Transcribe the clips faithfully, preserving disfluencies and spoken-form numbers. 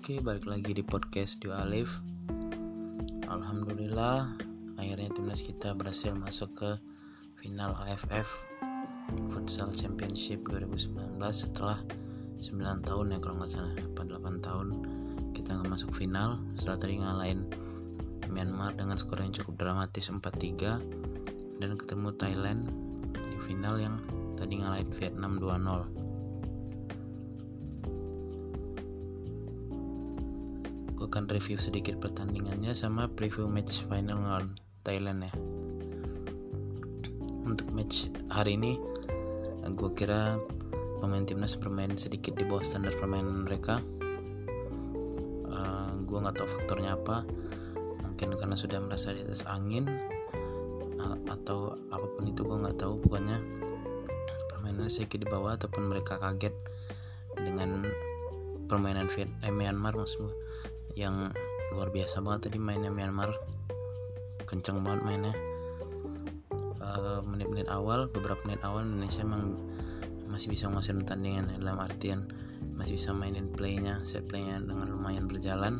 Oke, balik lagi di podcast Dio Alif. Alhamdulillah, akhirnya timnas kita berhasil masuk ke final A F F Futsal Championship dua ribu sembilan belas setelah sembilan tahun ya kalau nggak salah, apa delapan tahun kita nggak masuk final. Setelah tadi ngalahin Myanmar dengan skor yang cukup dramatis empat tiga dan ketemu Thailand di final yang tadi ngalahin Vietnam dua nol. Gue akan review sedikit pertandingannya sama preview match final lawan Thailand ya. Untuk match hari ini, gue kira pemain timnas bermain sedikit di bawah standar permainan mereka. Uh, gue nggak tahu faktornya apa, mungkin karena sudah merasa di atas angin uh, atau apapun itu, gue nggak tahu. Pokoknya permainannya sedikit di bawah ataupun mereka kaget dengan permainan Viet eh, Myanmar maksud gue, yang luar biasa banget tadi mainnya Myanmar, kenceng banget mainnya. Uh, menit-menit awal, beberapa menit awal Indonesia emang masih bisa menguasai pertandingan, dalam artian masih bisa mainin playnya, set playnya dengan lumayan berjalan.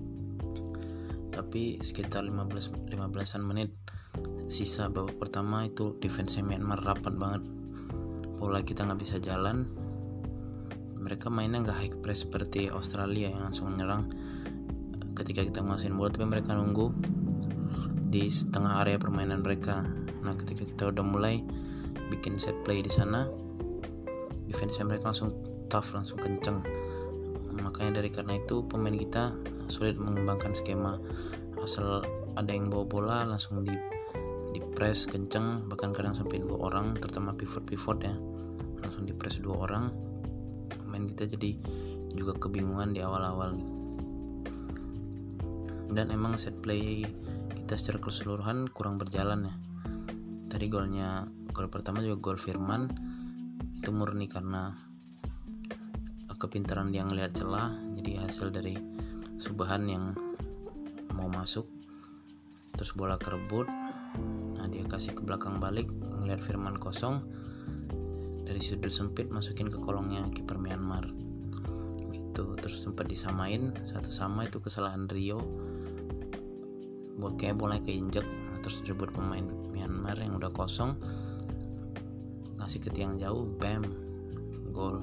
Tapi sekitar lima belas lima belasan menit sisa babak pertama itu defense Myanmar rapat banget, bola kita nggak bisa jalan. Mereka mainnya nggak high press seperti Australia yang langsung menyerang ketika kita nguasain bola, tapi mereka nunggu di setengah area permainan mereka. Nah, ketika kita udah mulai bikin set play di sana, defense mereka langsung tough, langsung kenceng. Makanya dari karena itu pemain kita sulit mengembangkan skema. Asal ada yang bawa bola langsung di di press kenceng, bahkan kadang sampai dua orang, terutama pivot-pivot ya, langsung di press dua orang. Pemain kita jadi juga kebingungan di awal-awal gitu. Dan emang set play kita secara keseluruhan kurang berjalan ya. Tadi golnya, gol pertama juga gol Firman, itu murni karena kepintaran dia ngelihat celah, jadi hasil dari Subhan yang mau masuk, terus bola kerebut, nah dia kasih ke belakang balik, ngelihat Firman kosong, dari sudut sempit masukin ke kolongnya kiper Myanmar gitu. Terus sempat disamain satu sama, itu kesalahan Rio, buat kayak bolanya keinjek, terus direbut pemain Myanmar yang udah kosong, ngasih ke tiang jauh, bam, gol.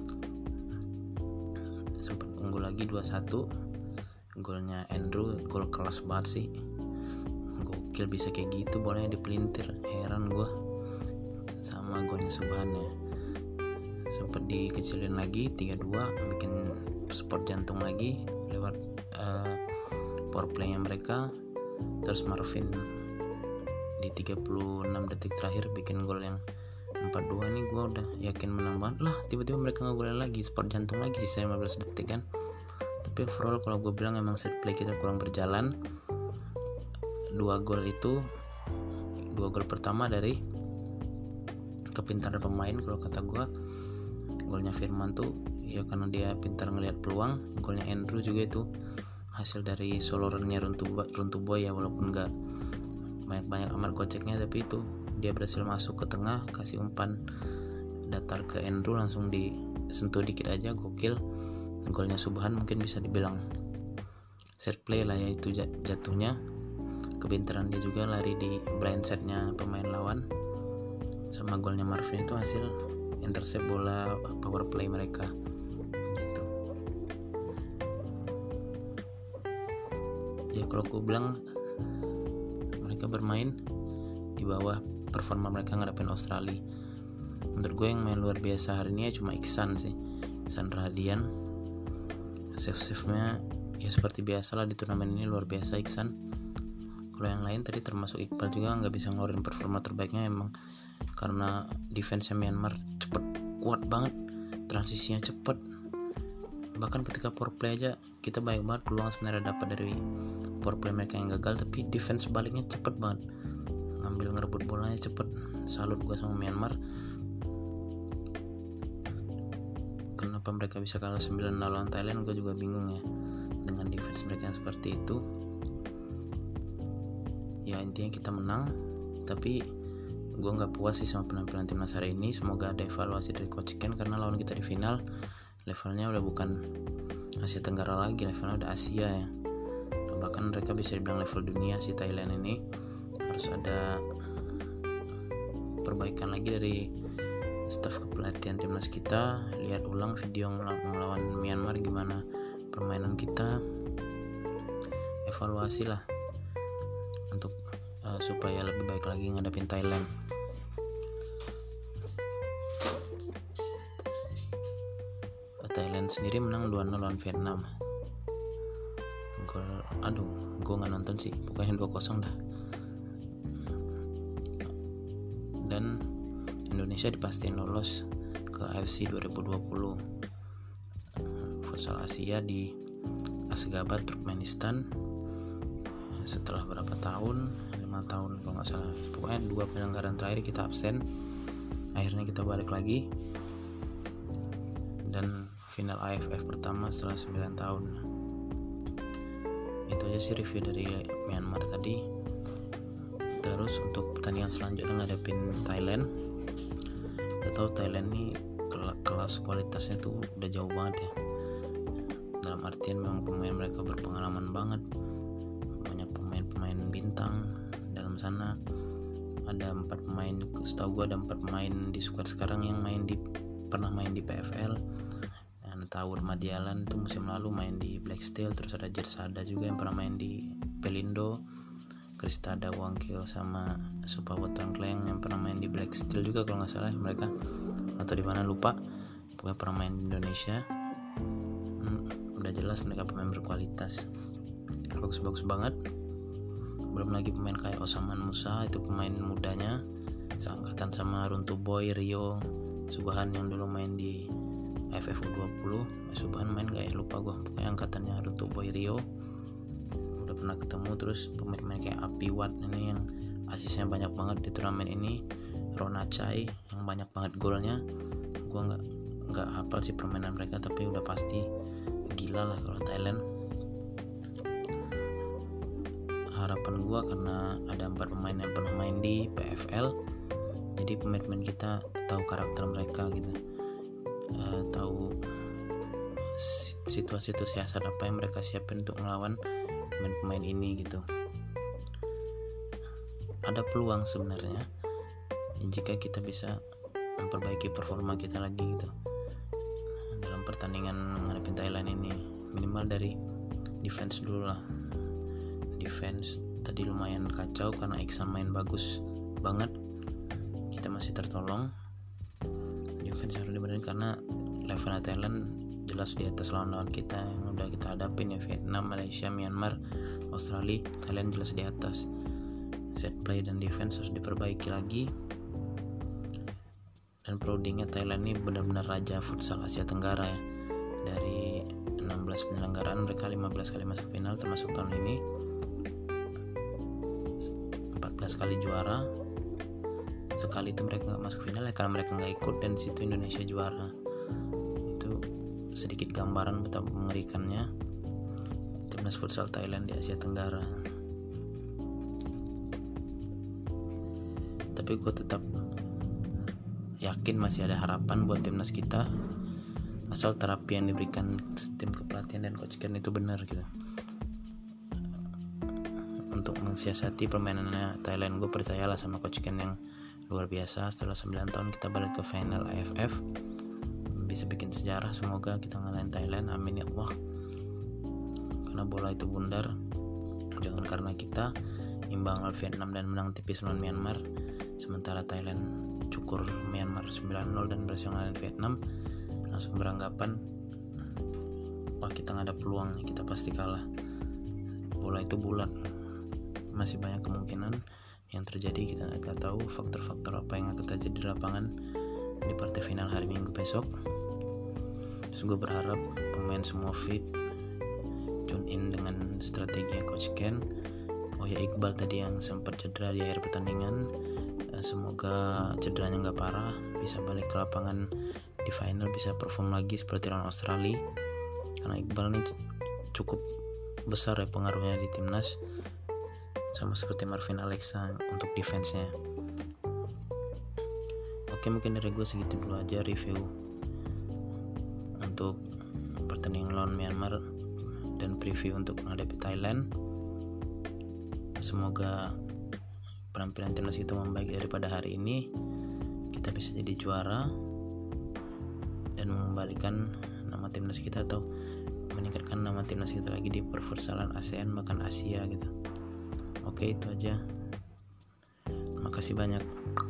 Sempat unggul lagi dua satu, golnya Andrew, gol kelas banget sih, gokil bisa kayak gitu bolanya dipelintir, heran gue. Sama golnya Subhan ya, sempat dikecilin lagi tiga dua, bikin sport jantung lagi lewat uh, power play-nya mereka. Terus Marvin di tiga puluh enam detik terakhir bikin gol yang empat dua. Nih gue udah yakin menang banget lah, tiba-tiba mereka ngegolin lagi, sport jantung lagi sisa lima belas detik kan. Tapi overall kalau gue bilang emang set play kita kurang berjalan. Dua gol itu, dua gol pertama dari kepintaran pemain kalau kata gue. Golnya Firman tuh ya karena dia pintar ngelihat peluang. Golnya Andrew juga itu hasil dari solorannya Runtuh Boy ya, walaupun gak banyak-banyak amat goceknya, tapi itu dia berhasil masuk ke tengah, kasih umpan datar ke Andrew, langsung disentuh dikit aja, gokil. Golnya Subhan mungkin bisa dibilang set play lah ya, itu jatuhnya. Kepintaran dia juga lari di blind setnya pemain lawan. Sama golnya Marvin itu hasil intercept bola power play mereka gitu. Ya kalau aku bilang mereka bermain di bawah performa mereka ngadepin Australia. Menurut gue yang main luar biasa hari ini ya cuma Iksan sih, Iksan Radian. Save-save-nya ya seperti biasa lah di turnamen ini, luar biasa Iksan. Kalau yang lain tadi termasuk Iqbal juga nggak bisa ngeluarin performa terbaiknya, emang karena defense Myanmar cepet, kuat banget, transisinya cepet. Bahkan ketika power play aja kita banyak banget peluang sebenarnya dapat dari power play mereka yang gagal, tapi defense baliknya cepet banget, ngambil ngerebut bolanya cepet. Salut gue sama Myanmar. Kenapa mereka bisa kalah sembilan nol lawan Thailand, gue juga bingung ya, dengan defense mereka yang seperti itu. Ya intinya kita menang, tapi gue nggak puas sih sama penampilan timnas hari ini. Semoga ada evaluasi dari Coach Ken, karena lawan kita di final levelnya udah bukan Asia Tenggara lagi, levelnya udah Asia ya. Bahkan mereka bisa dibilang level dunia si Thailand ini. Harus ada perbaikan lagi dari staf kepelatihan timnas kita. Lihat ulang video melawan Myanmar gimana permainan kita, evaluasi lah untuk uh, supaya lebih baik lagi ngadepin Thailand. Thailand sendiri menang dua nol lawan Vietnam. Gol, aduh, gue nggak nonton sih, pokoknya dua kosong dah. Dan Indonesia dipastiin lolos ke A F C dua ribu dua puluh Futsal Asia di Ashgabat, Turkmenistan. Setelah berapa tahun, lima tahun kalau nggak salah, pokoknya dua penyelenggaraan terakhir kita absen. Akhirnya kita balik lagi dan final A F F pertama setelah sembilan tahun. Itu aja sih review dari Myanmar tadi. Terus untuk pertandingan selanjutnya ngadepin Thailand. Udah tahu Thailand nih kelas kualitasnya tuh udah jauh banget ya. Dalam artian memang pemain mereka berpengalaman banget. Banyak pemain-pemain bintang dalam sana. Ada empat pemain, setahu gue ada empat pemain di squad sekarang yang main di pernah main di P F L. Taur Madialan itu musim lalu main di Black Steel. Terus ada Jersada juga yang pernah main di Pelindo. Kristada Wangkeo sama Supawat Tangkleng yang pernah main di Black Steel juga kalau nggak salah mereka, atau di mana lupa, pokoknya pernah main di Indonesia. hmm, udah jelas mereka pemain berkualitas, bagus-bagus banget. Belum lagi pemain kayak Osaman Musa, itu pemain mudanya seangkatan sama Runtu Boy, Rio Subahan yang dulu main di A F F U dua puluh. Subahan main gak ya, lupa gue, pokoknya angkatannya Runtu Boy, Rio udah pernah ketemu. Terus pemain-pemain kayak Api Wat ini yang asisnya banyak banget di turnamen ini, Rona Chai yang banyak banget golnya. Gue nggak nggak hafal sih permainan mereka, tapi udah pasti gila lah kalau Thailand. Harapan gue karena ada empat pemain yang pernah main di P F L, jadi pemain-pemain kita tahu karakter mereka gitu, uh, tahu situasi itu siasat apa yang mereka siapin untuk melawan pemain-pemain ini gitu. Ada peluang sebenarnya jika kita bisa memperbaiki performa kita lagi gitu dalam pertandingan menghadapi Thailand ini. Minimal dari defense dulu lah. Defense tadi lumayan kacau karena Iksan main bagus banget, kita masih tertolong. Defense harus dibenerin karena levelnya Thailand jelas di atas lawan-lawan kita yang udah kita hadapin ya, Vietnam, Malaysia, Myanmar, Australia. Thailand jelas di atas. Set play dan defense harus diperbaiki lagi. Dan proudingnya Thailand ini benar-benar raja futsal Asia Tenggara ya. Dari enam belas penyelenggaraan mereka lima belas kali masuk final, termasuk tahun ini empat belas kali juara. Sekali itu mereka nggak masuk final ya karena mereka nggak ikut, dan di situ Indonesia juara. Itu sedikit gambaran betapa mengerikannya timnas futsal Thailand di Asia Tenggara. Tapi gue tetap yakin masih ada harapan buat timnas kita, asal terapi yang diberikan tim kepelatihan dan coach Ken itu benar gitu untuk mensiasati permainannya Thailand. Gue percayalah sama coach Ken yang luar biasa. Setelah sembilan tahun kita balik ke final A F F, bisa bikin sejarah. Semoga kita ngalahin Thailand, amin ya Allah. Karena bola itu bundar, jangan karena kita imbang lawan Vietnam dan menang tipis lawan Myanmar, sementara Thailand cukur Myanmar sembilan nol dan berhasil ngalahin Vietnam, langsung beranggapan wah kita gak ada peluang nih, kita pasti kalah. Bola itu bulat, masih banyak kemungkinan yang terjadi, kita nggak tahu faktor-faktor apa yang akan terjadi di lapangan di partai final hari Minggu besok. Terus gue berharap pemain semua fit, tune in dengan strategi coach Ken. Oh ya, Iqbal tadi yang sempat cedera di akhir pertandingan, semoga cederanya nggak parah, bisa balik ke lapangan di final, bisa perform lagi seperti lawan Australia. Karena Iqbal ini cukup besar ya pengaruhnya di timnas, sama seperti Marvin Alexa untuk defense-nya. Oke, mungkin dari gue segitu dulu aja review untuk pertandingan melawan Myanmar dan preview untuk menghadapi Thailand. Semoga penampilan timnas itu membaik daripada hari ini, kita bisa jadi juara dan mengembalikan nama timnas kita atau meningkatkan nama timnas kita lagi di perfutsal ASEAN bahkan Asia gitu. Oke, itu aja. Terima kasih banyak.